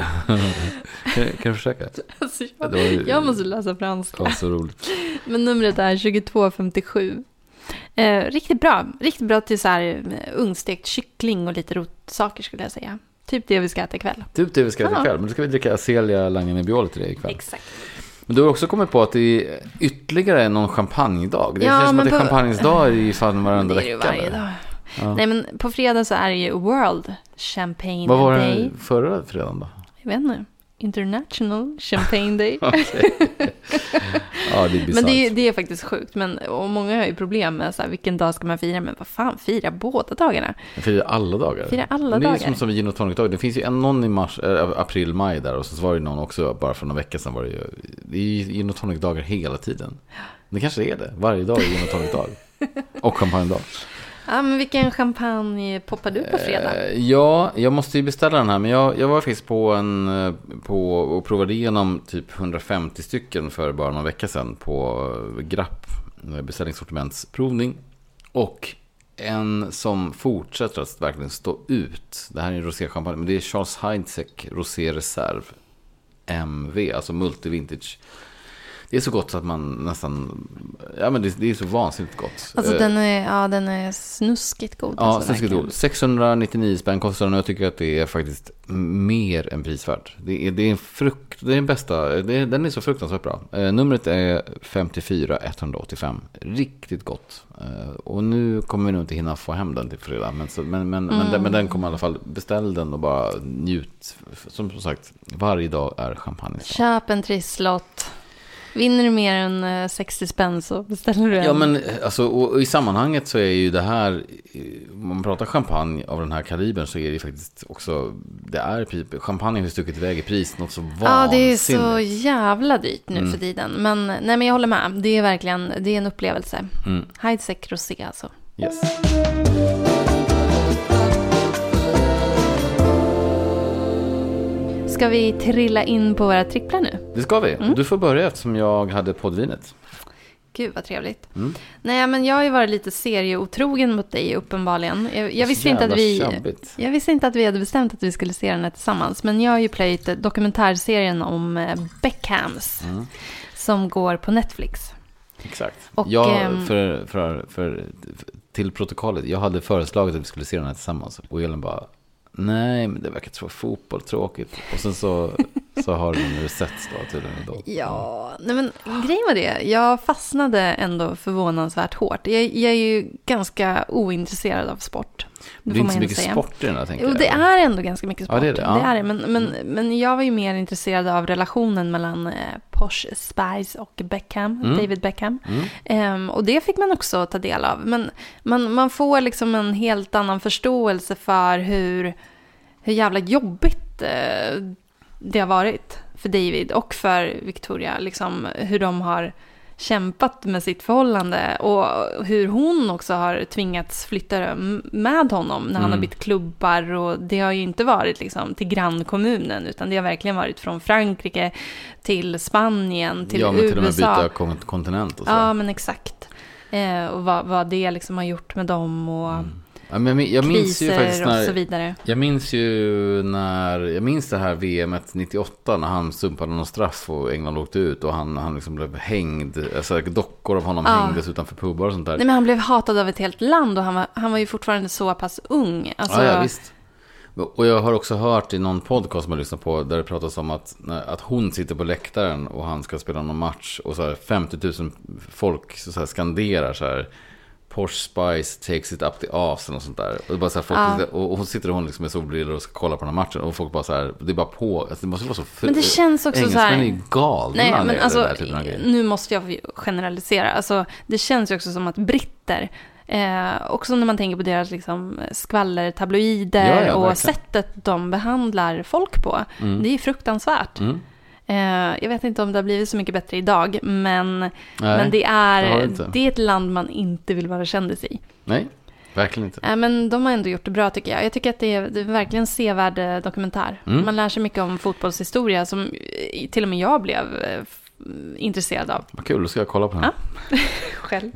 [SPEAKER 1] kan, kan du försöka?
[SPEAKER 2] Alltså, jag, var, jag måste läsa franska.
[SPEAKER 1] Det var så roligt.
[SPEAKER 2] Men numret är tjugotvå femtiosju. Eh, riktigt bra. Riktigt bra till så här ungstekt kyckling och lite rotsaker skulle jag säga. Typ det vi ska äta ikväll.
[SPEAKER 1] Typ det vi ska äta ja. ikväll. Men då ska vi dricka Azelia Lange Nebbiolo till det ikväll.
[SPEAKER 2] Exakt.
[SPEAKER 1] Men du har också kommit på att det är ytterligare någon champagnedag. Det
[SPEAKER 2] ja,
[SPEAKER 1] känns som att det är
[SPEAKER 2] på...
[SPEAKER 1] champagnedag i fan varenda
[SPEAKER 2] vecka. Det är ju varje dag. Ja. Nej, men på fredag så är det ju World Champagne Day.
[SPEAKER 1] Vad var det
[SPEAKER 2] Day.
[SPEAKER 1] förra fredagen då?
[SPEAKER 2] Jag vet inte. International Champagne Day.
[SPEAKER 1] Ja, det är
[SPEAKER 2] men det, det är faktiskt sjukt. Men, och många har ju problem med så här, vilken dag ska man fira. Men vad fan, fira båda dagarna.
[SPEAKER 1] Jag firar alla dagar.
[SPEAKER 2] Fira alla
[SPEAKER 1] men det är
[SPEAKER 2] dagar.
[SPEAKER 1] som, som gin och tonic-dag. Det finns ju en, någon i mars, äh, april, maj där. Och så var det någon också, bara för några veckor sedan var det ju. Det är ju gin och tonic-dagar hela tiden. Det kanske är det. Varje dag är gin och tonic-dag. Och champagne-dag.
[SPEAKER 2] Ja, men vilken champagne poppar du på fredag?
[SPEAKER 1] Eh, ja, jag måste ju beställa den här. Men jag, jag var faktiskt på en på och provade igenom typ hundrafemtio stycken för bara någon vecka sedan på Grapp, beställningssortimentsprovning. Och en som fortsätter att verkligen stå ut. Det här är en rosé-champagne, men det är Charles Heidsieck Rosé Reserve M V, alltså multi-vintage. Det är så gott så att man nästan... Ja, men det, det är så vansinnigt gott.
[SPEAKER 2] Alltså den är, ja, den är snuskigt god.
[SPEAKER 1] Ja,
[SPEAKER 2] alltså,
[SPEAKER 1] snuskigt god. sexhundranittionio spänn kostar den och jag tycker att det är faktiskt mer än prisvärt. Det är, det är en frukt... Det är den bästa... Det är, den är så fruktansvärt bra. Eh, numret är femtiofyra etthundraåttiofem. Riktigt gott. Eh, och nu kommer vi nog inte hinna få hem den till fredag. Men, så, men, men, mm. men, den, men den kommer i alla fall... Beställ den och bara njut. Som, som sagt, varje dag är champagne.
[SPEAKER 2] Köp en trisslott. Vinner du mer än sextio spänn så beställer du en.
[SPEAKER 1] Ja, men alltså, och, och i sammanhanget så är ju det här, om man pratar champagne av den här kalibern så är det faktiskt också, det är champagne har stuckit iväg i pris något så vansinnigt.
[SPEAKER 2] Ja, det är så jävla dyrt nu mm. för tiden. Men nej, men jag håller med. Det är verkligen, det är en upplevelse. Mm. Heidsieck Rosé alltså.
[SPEAKER 1] Yes.
[SPEAKER 2] Ska vi trilla in på våra tripplar nu?
[SPEAKER 1] Det ska vi. Mm. Du får börja eftersom jag hade poddvinet.
[SPEAKER 2] Gud vad trevligt. Mm. Nej, men jag har ju varit lite serieotrogen mot dig uppenbarligen. Jag, jag, visste inte att vi, jag visste inte att vi hade bestämt att vi skulle se den här tillsammans. Men jag har ju plöjt dokumentärserien om Beckhams mm. som går på Netflix.
[SPEAKER 1] Exakt. Och, jag, för, för, för, till protokollet, jag hade föreslagit att vi skulle se den här tillsammans. Och Elin bara... Nej, men det verkar tro fotboll tråkigt. Och sen så, så har den resetts då tydligen idag.
[SPEAKER 2] Ja, nej men grejen var det. Jag fastnade ändå förvånansvärt hårt. Jag, jag är ju ganska ointresserad av sport.
[SPEAKER 1] Det, det är inte så mycket säga. Sport i den här, tänker
[SPEAKER 2] jag. Jo, det är ändå ganska mycket sport.
[SPEAKER 1] Ja, det är det. Ja.
[SPEAKER 2] Det är det. Men, men, men jag var ju mer intresserad av relationen mellan eh, Posh Spice och Beckham, mm. David Beckham. Mm. Um, och det fick man också ta del av. Men man, man får liksom en helt annan förståelse för hur, hur jävla jobbigt eh, det har varit för David och för Victoria. Liksom hur de har kämpat med sitt förhållande och hur hon också har tvingats flytta med honom när han mm. har bytt klubbar, och det har ju inte varit liksom till grannkommunen, utan det har verkligen varit från Frankrike till Spanien till
[SPEAKER 1] ja, men
[SPEAKER 2] U S A.
[SPEAKER 1] Till och med byta kontinent och så.
[SPEAKER 2] Ja, men exakt. Eh, och vad, vad det liksom har gjort med dem och mm.
[SPEAKER 1] ja, men jag minns ju faktiskt när,
[SPEAKER 2] och så vidare.
[SPEAKER 1] Jag minns ju när jag minns det här V M:et nittioåtta när han sumpade någon straff och England åkte ut och han, han liksom blev hängd, alltså dockor av honom ja. hängdes utanför pubbar och sånt där.
[SPEAKER 2] Nej, men han blev hatad av ett helt land och han var, han var ju fortfarande så pass ung. Alltså...
[SPEAKER 1] Ja, ja, visst. Och jag har också hört i någon podcast som jag lyssnar på där det pratas om att, att hon sitter på läktaren och han ska spela någon match och så här femtio tusen folk så här skanderar så här Porsche Spice takes it up the ass och sånt där. Och, det bara så här, folk, ja. och hon sitter hon liksom med solbrillor och ska kolla på den här matchen och folk bara så här, det är bara på, alltså det måste vara så för,
[SPEAKER 2] men det känns också så här,
[SPEAKER 1] engelsmän är galna.
[SPEAKER 2] Nej, men
[SPEAKER 1] det,
[SPEAKER 2] alltså,
[SPEAKER 1] det där typen av grejer.
[SPEAKER 2] Nu måste jag generalisera. Alltså, det känns ju också som att britter eh, också när man tänker på deras liksom skvaller, tabloider ja, ja, och verkligen. Sättet de behandlar folk på. Mm. Det är fruktansvärt. Mm. Jag vet inte om det har blivit så mycket bättre idag, men, Nej, men det, är, det, det är ett land man inte vill vara kändis i.
[SPEAKER 1] Nej, verkligen inte.
[SPEAKER 2] Men de har ändå gjort det bra tycker jag. Jag tycker att det är, det är verkligen en sevärd dokumentär. Mm. Man lär sig mycket om fotbollshistoria som till och med jag blev intresserad av.
[SPEAKER 1] Vad kul, då ska jag kolla på den.
[SPEAKER 2] Ja, själv.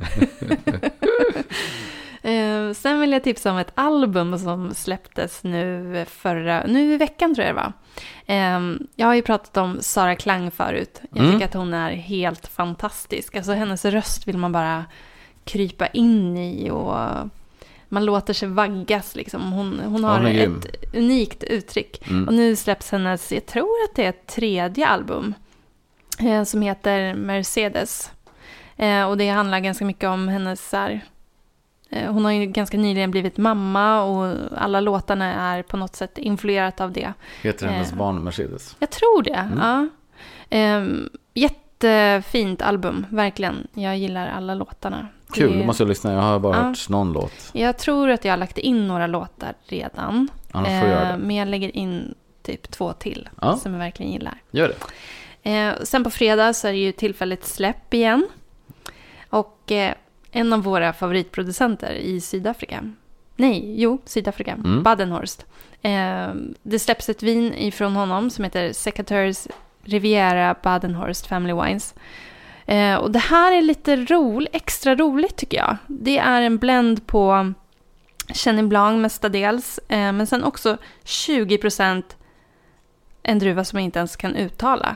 [SPEAKER 2] Eh, sen vill jag tipsa om ett album som släpptes nu förra, nu i veckan tror jag det var. Eh, jag har ju pratat om Sara Klang förut. Jag mm. tycker att hon är helt fantastisk. Alltså hennes röst vill man bara krypa in i och man låter sig vaggas liksom. Hon, hon har
[SPEAKER 1] ja,
[SPEAKER 2] ett unikt uttryck. Mm. Och nu släpps hennes, jag tror att det är ett tredje album eh, som heter Mercedes. Eh, och det handlar ganska mycket om hennes så här, hon har ju ganska nyligen blivit mamma och alla låtarna är på något sätt influerat av det.
[SPEAKER 1] Heter hennes eh, barn Mercedes?
[SPEAKER 2] Jag tror det, mm. ja. Eh, jättefint album, verkligen. Jag gillar alla låtarna.
[SPEAKER 1] Kul,
[SPEAKER 2] det,
[SPEAKER 1] då måste jag lyssna. Jag har bara ja. hört någon låt.
[SPEAKER 2] Jag tror att jag har lagt in några låtar redan.
[SPEAKER 1] Annars får jag göra det.
[SPEAKER 2] Men jag lägger in typ två till ja. som jag verkligen gillar.
[SPEAKER 1] Gör det.
[SPEAKER 2] Eh, sen på fredag så är det ju tillfälligt släpp igen. Och... Eh, en av våra favoritproducenter i Sydafrika. Nej, jo, Sydafrika. Mm. Badenhorst. Eh, det släpps ett vin ifrån honom som heter Secateurs Riviera Badenhorst Family Wines. Eh, och det här är lite roligt, extra roligt tycker jag. Det är en blend på Chenin Blanc mestadels. Eh, men sen också tjugo procent en druva som jag inte ens kan uttala.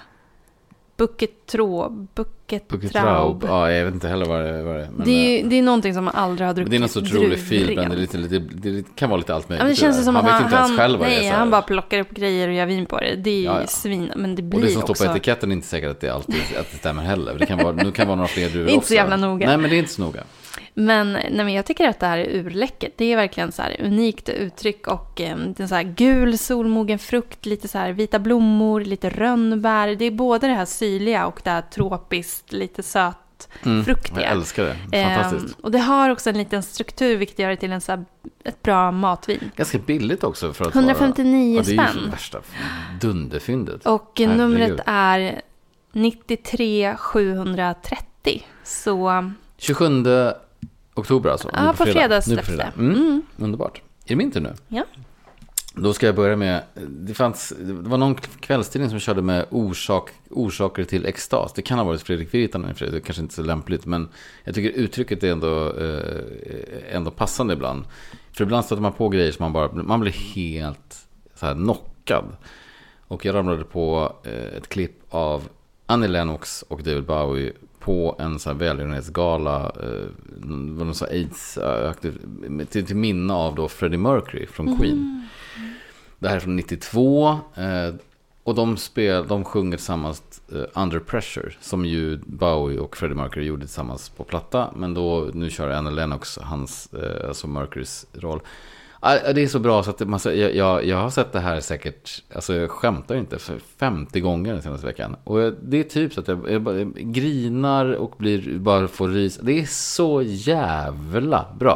[SPEAKER 2] Bucket Traub. Bucket Traub.
[SPEAKER 1] Ja, jag vet inte heller vad det är. Vad det, är men
[SPEAKER 2] det, är, det är någonting som man aldrig har druckit.
[SPEAKER 1] Det är någon sorts rolig filbrand. Det, lite, lite, det kan vara lite allt möjligt.
[SPEAKER 2] Ja, det känns som
[SPEAKER 1] han
[SPEAKER 2] att
[SPEAKER 1] vet inte
[SPEAKER 2] han,
[SPEAKER 1] ens själv vad
[SPEAKER 2] nej,
[SPEAKER 1] det är.
[SPEAKER 2] Han bara plockar upp grejer och gör vin på det. Det är ja, ja. svin. Men det blir
[SPEAKER 1] och det som
[SPEAKER 2] också...
[SPEAKER 1] står på etiketten är inte säkert att det alltid att det stämmer heller. Det kan vara, nu kan vara några fler druvor också.
[SPEAKER 2] Det är inte så jävla noga.
[SPEAKER 1] Nej, men det är inte så noga.
[SPEAKER 2] Men, nej, men jag tycker att det här är urläckert. Det är verkligen så här unikt uttryck och eh, det är så här gul solmogen frukt, lite så här vita blommor, lite rönnbär. Det är både det här syrliga och det här tropiskt, lite sött mm, fruktiga.
[SPEAKER 1] Jag älskar det. Fantastiskt.
[SPEAKER 2] Eh, och det har också en liten struktur vilket gör det till en så här, ett bra matvin.
[SPEAKER 1] Ganska billigt också för att
[SPEAKER 2] etthundrafemtionio
[SPEAKER 1] vara,
[SPEAKER 2] spänn.
[SPEAKER 1] Ja, det är ju värsta dunderfyndet.
[SPEAKER 2] Och herregud. Numret är nittiotre sjuhundratrettio. Så
[SPEAKER 1] tjugosjunde oktober alltså.
[SPEAKER 2] Ja, på fredag släpps det.
[SPEAKER 1] Mm. Mm. Underbart. Är det min tur nu?
[SPEAKER 2] Ja.
[SPEAKER 1] Då ska jag börja med, det fanns, det var någon kvällstidning som körde med orsak, orsaker till extas. Det kan ha varit Fredrik Virtanen, det är kanske inte så lämpligt, men jag tycker uttrycket är ändå, eh, ändå passande ibland. För ibland stöter man på grejer som man bara, man blir helt så här knockad. Och jag ramlade på eh, ett klipp av Annie Lennox och David Bowie på en sån här välgörenhetsgala eh, någon sån AIDS aktiv, till, till minne av då Freddie Mercury från Queen. Mm. Det här är från nittiotvå eh, och de spel, de sjunger tillsammans eh, Under Pressure som ju Bowie och Freddie Mercury gjorde tillsammans på platta, men då nu kör Annie Lennox hans eh, alltså Mercurys roll. Det är så bra så att man, jag, jag, jag har sett det här säkert, alltså jag skämtar inte, för femtio gånger den senaste veckan. Och det är typ så att jag, jag bara grinar och blir, bara får rys. Det är så jävla bra.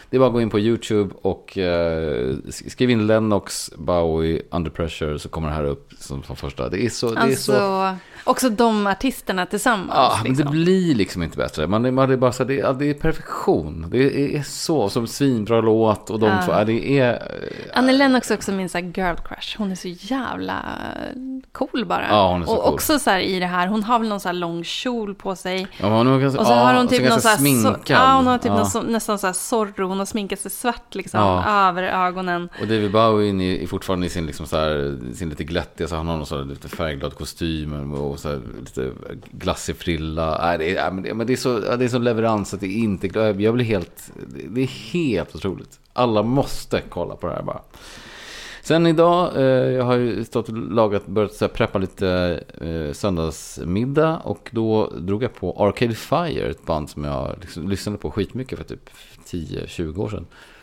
[SPEAKER 1] det är bara att gå in på YouTube och eh, skriv in Lennox, Bowie, Under Pressure, så kommer det här upp som, som första. Det är så... Det
[SPEAKER 2] alltså,
[SPEAKER 1] är så...
[SPEAKER 2] också de artisterna tillsammans.
[SPEAKER 1] Ja,
[SPEAKER 2] liksom.
[SPEAKER 1] men det blir liksom inte bättre. Man, man, det, är bara så, det, är, det är perfektion. Det är så, som svinbra låt. Och de
[SPEAKER 2] ja.
[SPEAKER 1] två, ja, det är...
[SPEAKER 2] Annie Lennox är också min så här girl crush. Hon är så jävla cool bara.
[SPEAKER 1] Ja, hon är så
[SPEAKER 2] och
[SPEAKER 1] cool.
[SPEAKER 2] också så här i det här, hon har väl någon så här lång kjol på sig.
[SPEAKER 1] Ja, hon är ganska,
[SPEAKER 2] och så
[SPEAKER 1] ja,
[SPEAKER 2] har hon typ någon så här
[SPEAKER 1] sminkad.
[SPEAKER 2] So- ja, hon har typ
[SPEAKER 1] ja.
[SPEAKER 2] någon så, nästan så här Zorro. Hon har sminkat sig svart liksom
[SPEAKER 1] ja.
[SPEAKER 2] över ögonen.
[SPEAKER 1] Och David Bowie är fortfarande i sin liksom så här, sin lite glättiga, så han har någon så här lite färgglad kostym och så här lite glassig frilla. Nej, det är, men det, men det är så det är så leverans att det är inte, jag blir helt, det är helt otroligt. Alla måste kolla på det här bara. Sen idag, eh, jag har ju stått och lagat, börjat så här, preppa lite eh, söndagsmiddag, och då drog jag på Arcade Fire, ett band som jag liksom lyssnade på skitmycket för typ tio tjugo år sedan.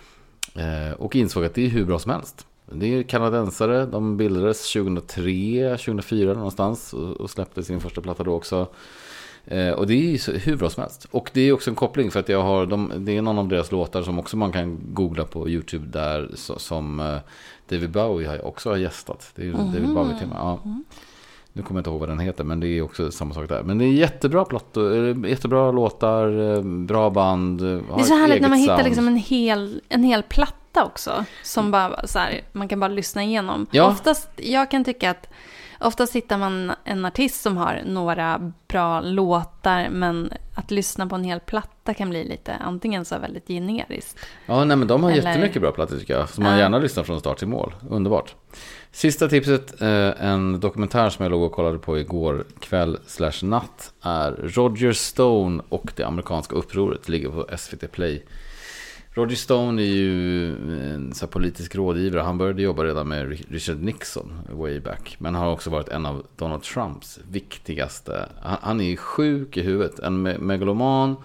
[SPEAKER 1] Eh, och insåg att det är hur bra som helst. Det är kanadensare, de bildades tjugohundratre tjugohundrafyra någonstans och, och släppte sin första platta då också. Eh, och det är ju så, hur bra som helst. Och det är också en koppling, för att jag har de, det är någon av deras låtar som också man kan googla på YouTube där, så, som eh, David Bowie har också har gästat. Det är mm. David Bowie-tema. Ja. Mm. Nu kommer jag inte ihåg vad den heter, men det är också samma sak där. Men det är jättebra plattor, jättebra låtar, bra band.
[SPEAKER 2] Det är så härligt när man
[SPEAKER 1] sound.
[SPEAKER 2] hittar liksom en hel, en hel platta också, som bara så här, man kan bara lyssna igenom.
[SPEAKER 1] Ja.
[SPEAKER 2] Oftast, jag kan tycka att oftast hittar man en artist som har några bra låtar, men att lyssna på en hel platta kan bli lite antingen så väldigt generiskt.
[SPEAKER 1] Ja, nej, men de har
[SPEAKER 2] Eller...
[SPEAKER 1] jättemycket bra plattor tycker jag, som man
[SPEAKER 2] ja.
[SPEAKER 1] gärna lyssnar från start till mål. Underbart. Sista tipset, eh, en dokumentär som jag låg och kollade på igår kväll slash natt, är Roger Stone och det amerikanska upproret. Det ligger på S V T Play. Roger Stone är ju en så här politisk rådgivare. Han började jobba redan med Richard Nixon way back, men har också varit en av Donald Trumps viktigaste. Han, han är sjuk i huvudet, en me- megaloman,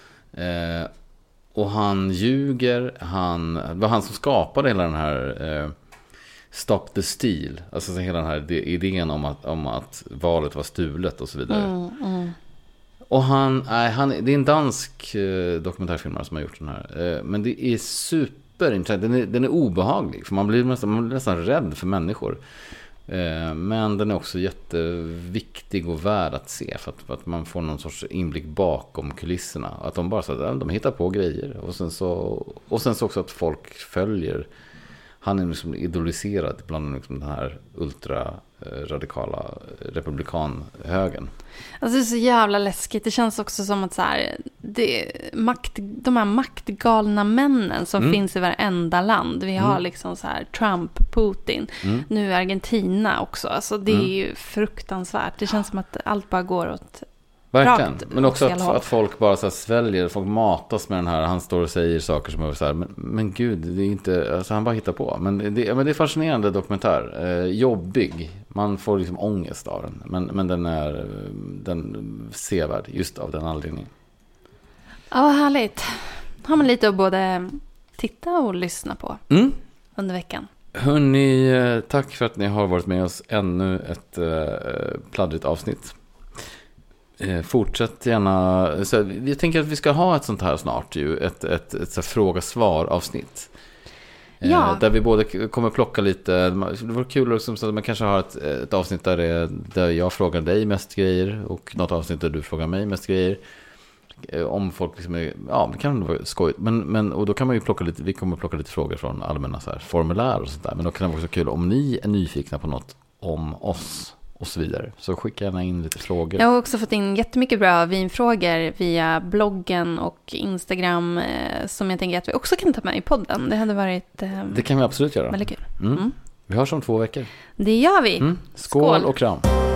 [SPEAKER 1] eh, och han ljuger. Han, det var han som skapade hela den här eh, Stop the Steal, alltså hela den här idén om att, om att valet var stulet och så vidare.
[SPEAKER 2] Mm, mm. Och
[SPEAKER 1] han, nej, han, det är en dansk eh, dokumentärfilmare som har gjort den här. Eh, men det är superintressant. Den är, den är obehaglig, för man blir nästan, man blir nästan rädd för människor. Eh, men den är också jätteviktig och värd att se, för att, för att man får någon sorts inblick bakom kulisserna. Att de bara så att de hittar på grejer. Och sen så, och sen så också att folk följer. Han är liksom idoliserad bland liksom den här ultra radikala republikanhögen.
[SPEAKER 2] Alltså det är så jävla läskigt. Det känns också som att så här, det, makt, de här maktgalna männen som mm. finns i varenda land. Vi har mm. liksom så här Trump, Putin, mm. nu Argentina också. Alltså det mm. är ju fruktansvärt. Det känns som att allt bara går åt
[SPEAKER 1] verkligen.
[SPEAKER 2] Rakt,
[SPEAKER 1] men också att, att folk bara så här sväljer, folk matas med den här, han står och säger saker som är så här, men, men gud, det är inte, alltså han bara hittar på. Men det, men det är fascinerande dokumentär, eh, jobbig, man får liksom ångest av den, men, men den är den sevärd just av den anledningen.
[SPEAKER 2] Ja, vad härligt. Har man lite att både titta och lyssna på mm. under veckan.
[SPEAKER 1] Hörrni, tack för att ni har varit med oss ännu ett eh, pladdrigt avsnitt. Eh, fortsätt gärna. Så jag tänker att vi ska ha ett sånt här snart ju, ett, ett, ett, ett fråga-svar avsnitt. Eh, ja. Där vi både kommer plocka lite. Det vore kul också, så att man kanske har ett, ett avsnitt där, det, där jag frågar dig mest grejer och något avsnitt där du frågar mig mest grejer. Eh, om folk liksom är, ja, det kan vara skojigt, men, men, och då kan man ju plocka lite, vi kommer plocka lite frågor från allmänna så här, formulär och sånt där. Men då kan det vara så kul om ni är nyfikna på något om oss och så vidare. Så skicka gärna in lite frågor.
[SPEAKER 2] Jag har också fått in jättemycket bra vinfrågor via bloggen och Instagram eh, som jag tänker att vi också kan ta med i podden. Det hade varit eh,
[SPEAKER 1] det kan vi absolut göra.
[SPEAKER 2] Väldigt kul.
[SPEAKER 1] Mm.
[SPEAKER 2] Mm.
[SPEAKER 1] Vi hörs om två veckor.
[SPEAKER 2] Det gör vi.
[SPEAKER 1] Mm. Skål, Skål och kram.